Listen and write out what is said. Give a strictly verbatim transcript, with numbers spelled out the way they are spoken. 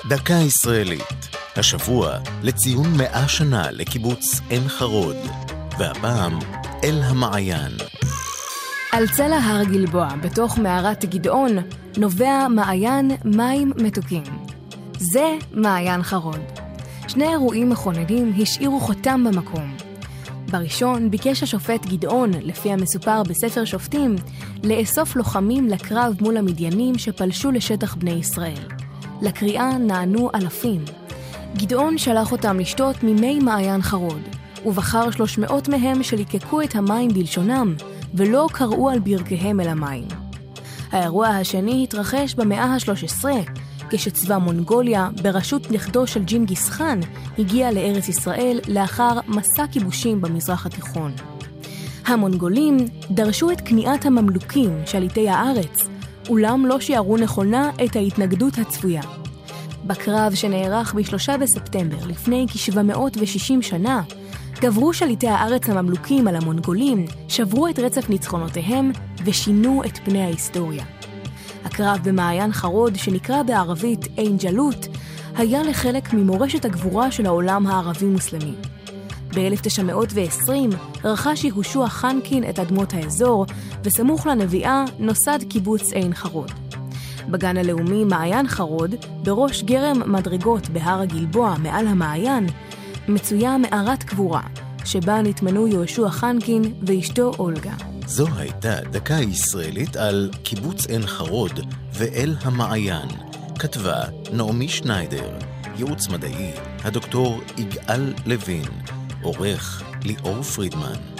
דקה ישראלית, השבוע לציון מאה שנה לקיבוץ עין חרוד, והפעם אל המעיין. על צלע הר גלבוע, בתוך מערת גדעון, נובע מעיין מים מתוקים. זה מעיין חרוד. שני אירועים מכוננים השאירו חותם במקום. בראשון ביקש השופט גדעון, לפי המסופר בספר שופטים, לאסוף לוחמים לקרב מול המדיינים שפלשו לשטח בני ישראל. לקריאה נענו אלפים. גדעון שלח אותם לשתות ממי מעיין חרוד, ובחר שלוש מאות מהם שליקקו את המים בלשונם, ולא קראו על ברכיהם אל המים. האירוע השני התרחש במאה ה-שלוש עשרה, כשצבא מונגוליה, בראשות נכדו של ג'ינגיס חאן, הגיע לארץ ישראל לאחר מסע כיבושים במזרח התיכון. המונגולים דרשו את כניעת הממלוכים שליטי הארץ, אולם לא שיערו נכונה את ההתנגדות הצפויה. בקרב שנערך ב-שלושה בספטמבר לפני כ-שבע מאות ושישים שנה, גברו שליטי הארץ הממלוכים על המונגולים, שברו את רצף ניצחונותיהם ושינו את פני ההיסטוריה. הקרב במעיין חרוד, שנקרא בערבית עין ג'לות, היה לחלק ממורשת הגבורה של העולם הערבי-מוסלמי. ב-אלף תשע מאות ועשרים רכש יהושע חנקין את אדמות האזור, וסמוך לנביאה נוסד קיבוץ עין חרוד. בגן הלאומי מעיין חרוד, בראש גרם מדרגות בהר הגלבוע מעל המעיין, מצויה מערת קבורה, שבה נתמנו יהושע חנקין ואשתו אולגה. זו הייתה דקה ישראלית על קיבוץ עין חרוד ואל המעיין. כתבה נעמי שניידר, ייעוץ מדעי הדוקטור יגאל לוין, עורך ליאור פרידמן.